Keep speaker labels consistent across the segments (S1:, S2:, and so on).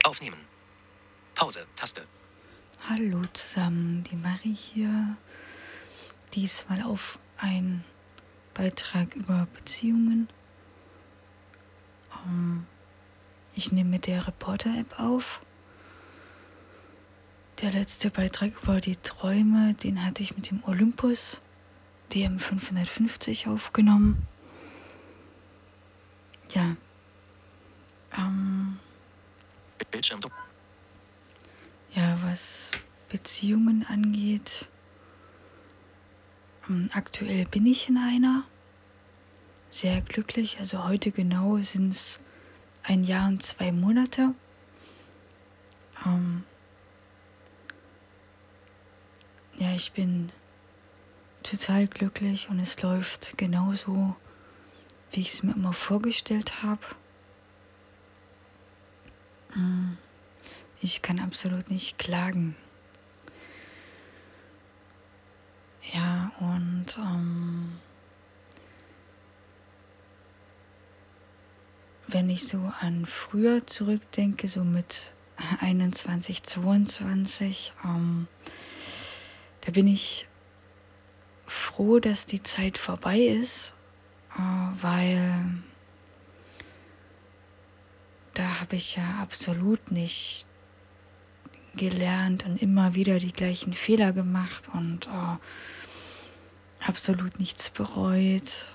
S1: Aufnehmen. Pause. Taste.
S2: Hallo zusammen, die Marie hier. Diesmal auf einen Beitrag über Beziehungen. Ich nehme mit der Reporter-App auf. Der letzte Beitrag über die Träume, den hatte ich mit dem Olympus DM550 aufgenommen. Ja.
S1: Bildschirm.
S2: Ja, was Beziehungen angeht, aktuell bin ich in einer. Sehr glücklich, also heute genau sind es 1 Jahr und 2 Monate. Ja, ich bin total glücklich und es läuft genauso, wie ich es mir immer vorgestellt habe. Ich kann absolut nicht klagen. Ja, und wenn ich so an früher zurückdenke, so mit 21, 22, da bin ich froh, dass die Zeit vorbei ist, weil da habe ich ja absolut nicht gelernt und immer wieder die gleichen Fehler gemacht und absolut nichts bereut.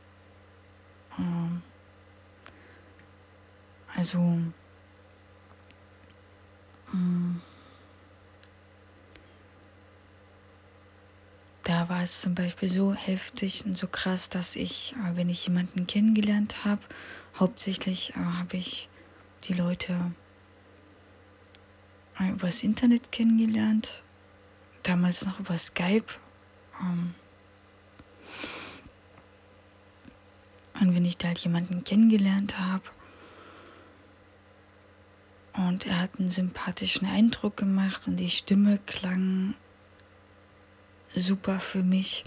S2: Also da war es zum Beispiel so heftig und so krass, dass ich, wenn ich jemanden kennengelernt habe, hauptsächlich habe ich die Leute übers Internet kennengelernt, damals noch über Skype. Und wenn ich da halt jemanden kennengelernt habe und er hat einen sympathischen Eindruck gemacht und die Stimme klang super für mich,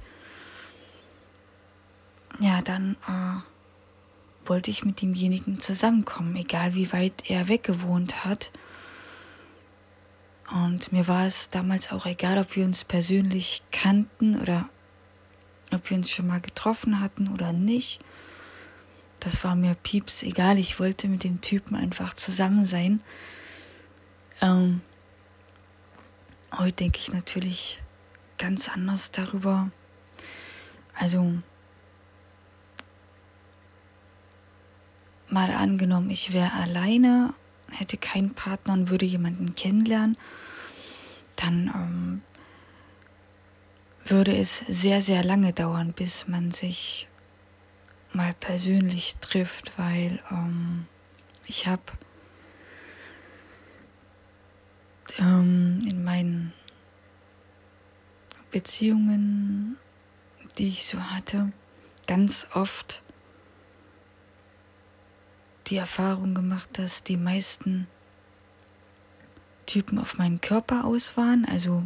S2: ja, dann wollte ich mit demjenigen zusammenkommen, egal wie weit er weg gewohnt hat. Und mir war es damals auch egal, ob wir uns persönlich kannten oder ob wir uns schon mal getroffen hatten oder nicht. Das war mir pieps egal. Ich wollte mit dem Typen einfach zusammen sein. Heute denke ich natürlich ganz anders darüber. Also mal angenommen, ich wäre alleine, hätte keinen Partner und würde jemanden kennenlernen, dann würde es sehr, sehr lange dauern, bis man sich mal persönlich trifft, weil ich habe in meinen Beziehungen, die ich so hatte, ganz oft die Erfahrung gemacht, dass die meisten Typen auf meinen Körper aus waren, also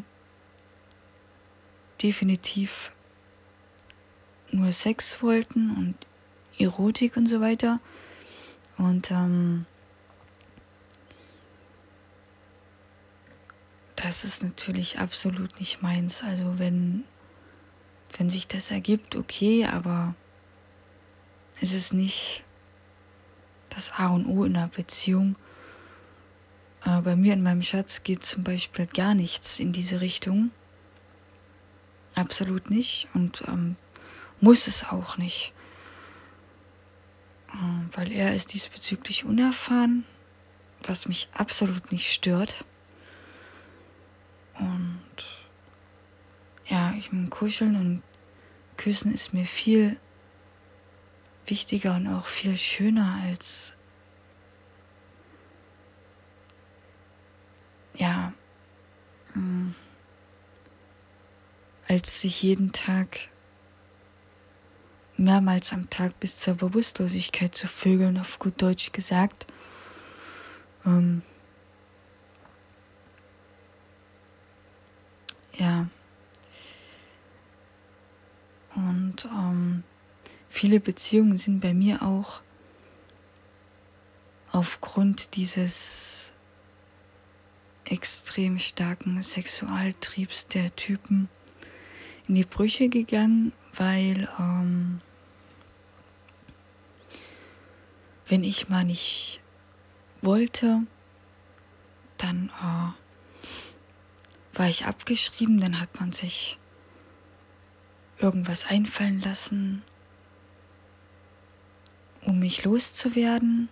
S2: definitiv nur Sex wollten und Erotik und so weiter. Und das ist natürlich absolut nicht meins. Also wenn sich das ergibt, okay, aber es ist nicht das A und O in einer Beziehung. Bei mir und meinem Schatz geht zum Beispiel gar nichts in diese Richtung. Absolut nicht und muss es auch nicht. Weil er ist diesbezüglich unerfahren, was mich absolut nicht stört. Und ja, ich meine, Kuscheln und Küssen ist mir viel wichtiger und auch viel schöner als als sich jeden Tag mehrmals am Tag bis zur Bewusstlosigkeit zu vögeln, auf gut Deutsch gesagt. Ja. Und viele Beziehungen sind bei mir auch aufgrund dieses extrem starken Sexualtriebs der Typen in die Brüche gegangen, weil wenn ich mal nicht wollte, dann war ich abgeschrieben, dann hat man sich irgendwas einfallen lassen, um mich loszuwerden.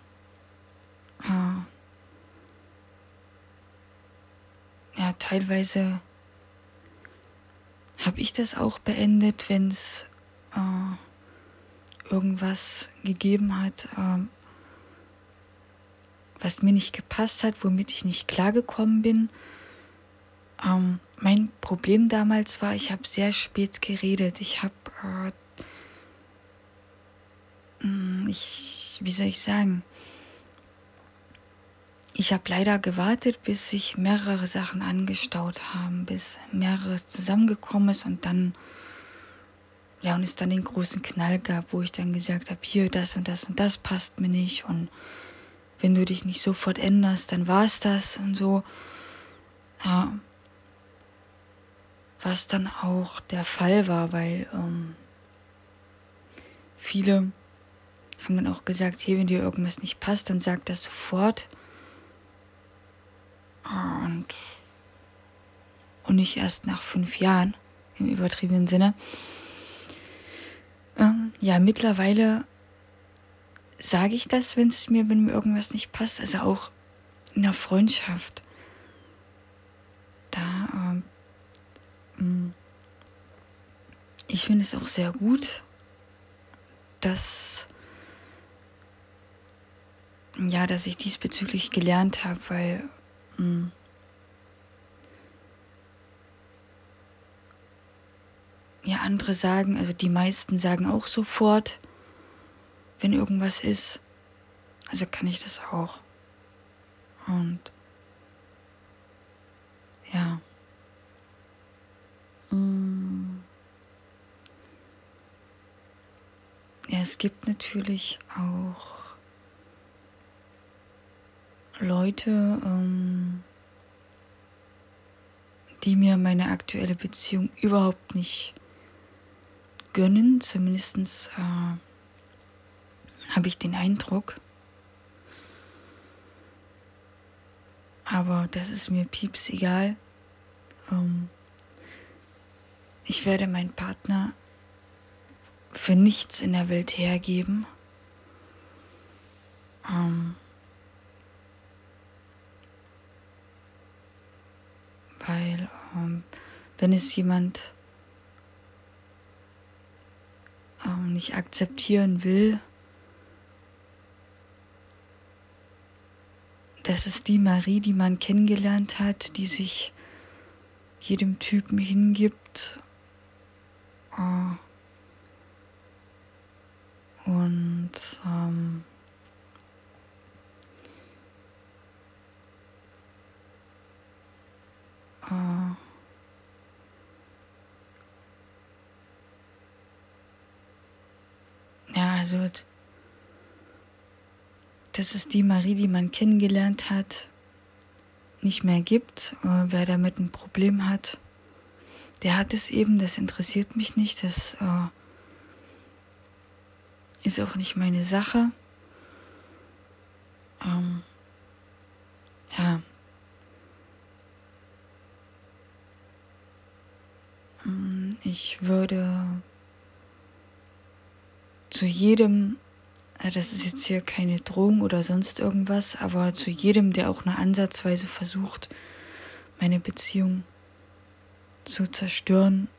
S2: Ja, teilweise habe ich das auch beendet, wenn es irgendwas gegeben hat, was mir nicht gepasst hat, womit ich nicht klargekommen bin. Mein Problem damals war, ich habe sehr spät geredet. Ich habe, wie soll ich sagen, ich habe leider gewartet, bis sich mehrere Sachen angestaut haben, bis mehreres zusammengekommen ist und dann, ja, und es dann den großen Knall gab, wo ich dann gesagt habe, hier, das und das und das passt mir nicht und wenn du dich nicht sofort änderst, dann war es das und so. Ja, was dann auch der Fall war, weil viele haben dann auch gesagt, hier, wenn dir irgendwas nicht passt, dann sag das sofort. Und nicht erst nach 5 Jahren, im übertriebenen Sinne. Ja, mittlerweile sage ich das, wenn mir irgendwas nicht passt, also auch in der Freundschaft. Da, ich finde es auch sehr gut, dass ich diesbezüglich gelernt habe, weil ja, andere sagen, also die meisten sagen auch sofort, wenn irgendwas ist. Also kann ich das auch. Und ja. Ja, es gibt natürlich auch Leute, die mir meine aktuelle Beziehung überhaupt nicht gönnen. Zumindest habe ich den Eindruck. Aber das ist mir pieps egal. Ich werde meinen Partner für nichts in der Welt hergeben. Weil wenn es jemand nicht akzeptieren will, das ist die Marie, die man kennengelernt hat, die sich jedem Typen hingibt. Und ja, also das ist die Marie, die man kennengelernt hat, nicht mehr gibt. Wer damit ein Problem hat, der hat es eben, das interessiert mich nicht, das ist auch nicht meine Sache. Ja. Ich würde zu jedem, das ist jetzt hier keine Drohung oder sonst irgendwas, aber zu jedem, der auch nur ansatzweise versucht, meine Beziehung zu zerstören,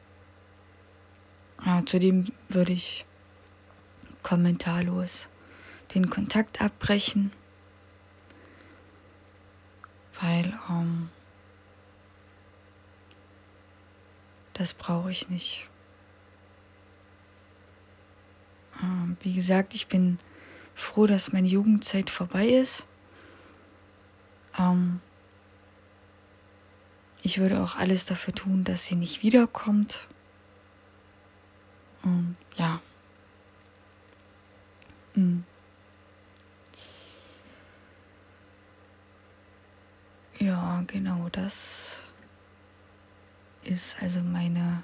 S2: zu dem würde ich kommentarlos den Kontakt abbrechen, weil das brauche ich nicht. Wie gesagt, ich bin froh, dass meine Jugendzeit vorbei ist. Ich würde auch alles dafür tun, dass sie nicht wiederkommt. Ja. Ja, genau, das ist also meine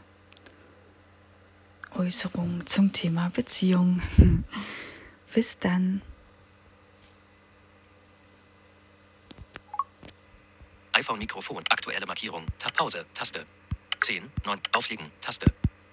S2: Äußerung zum Thema Beziehung. Bis dann.
S1: iPhone Mikrofon. Aktuelle Markierung. Tab Pause. Taste. 10, 9. Auflegen. Taste.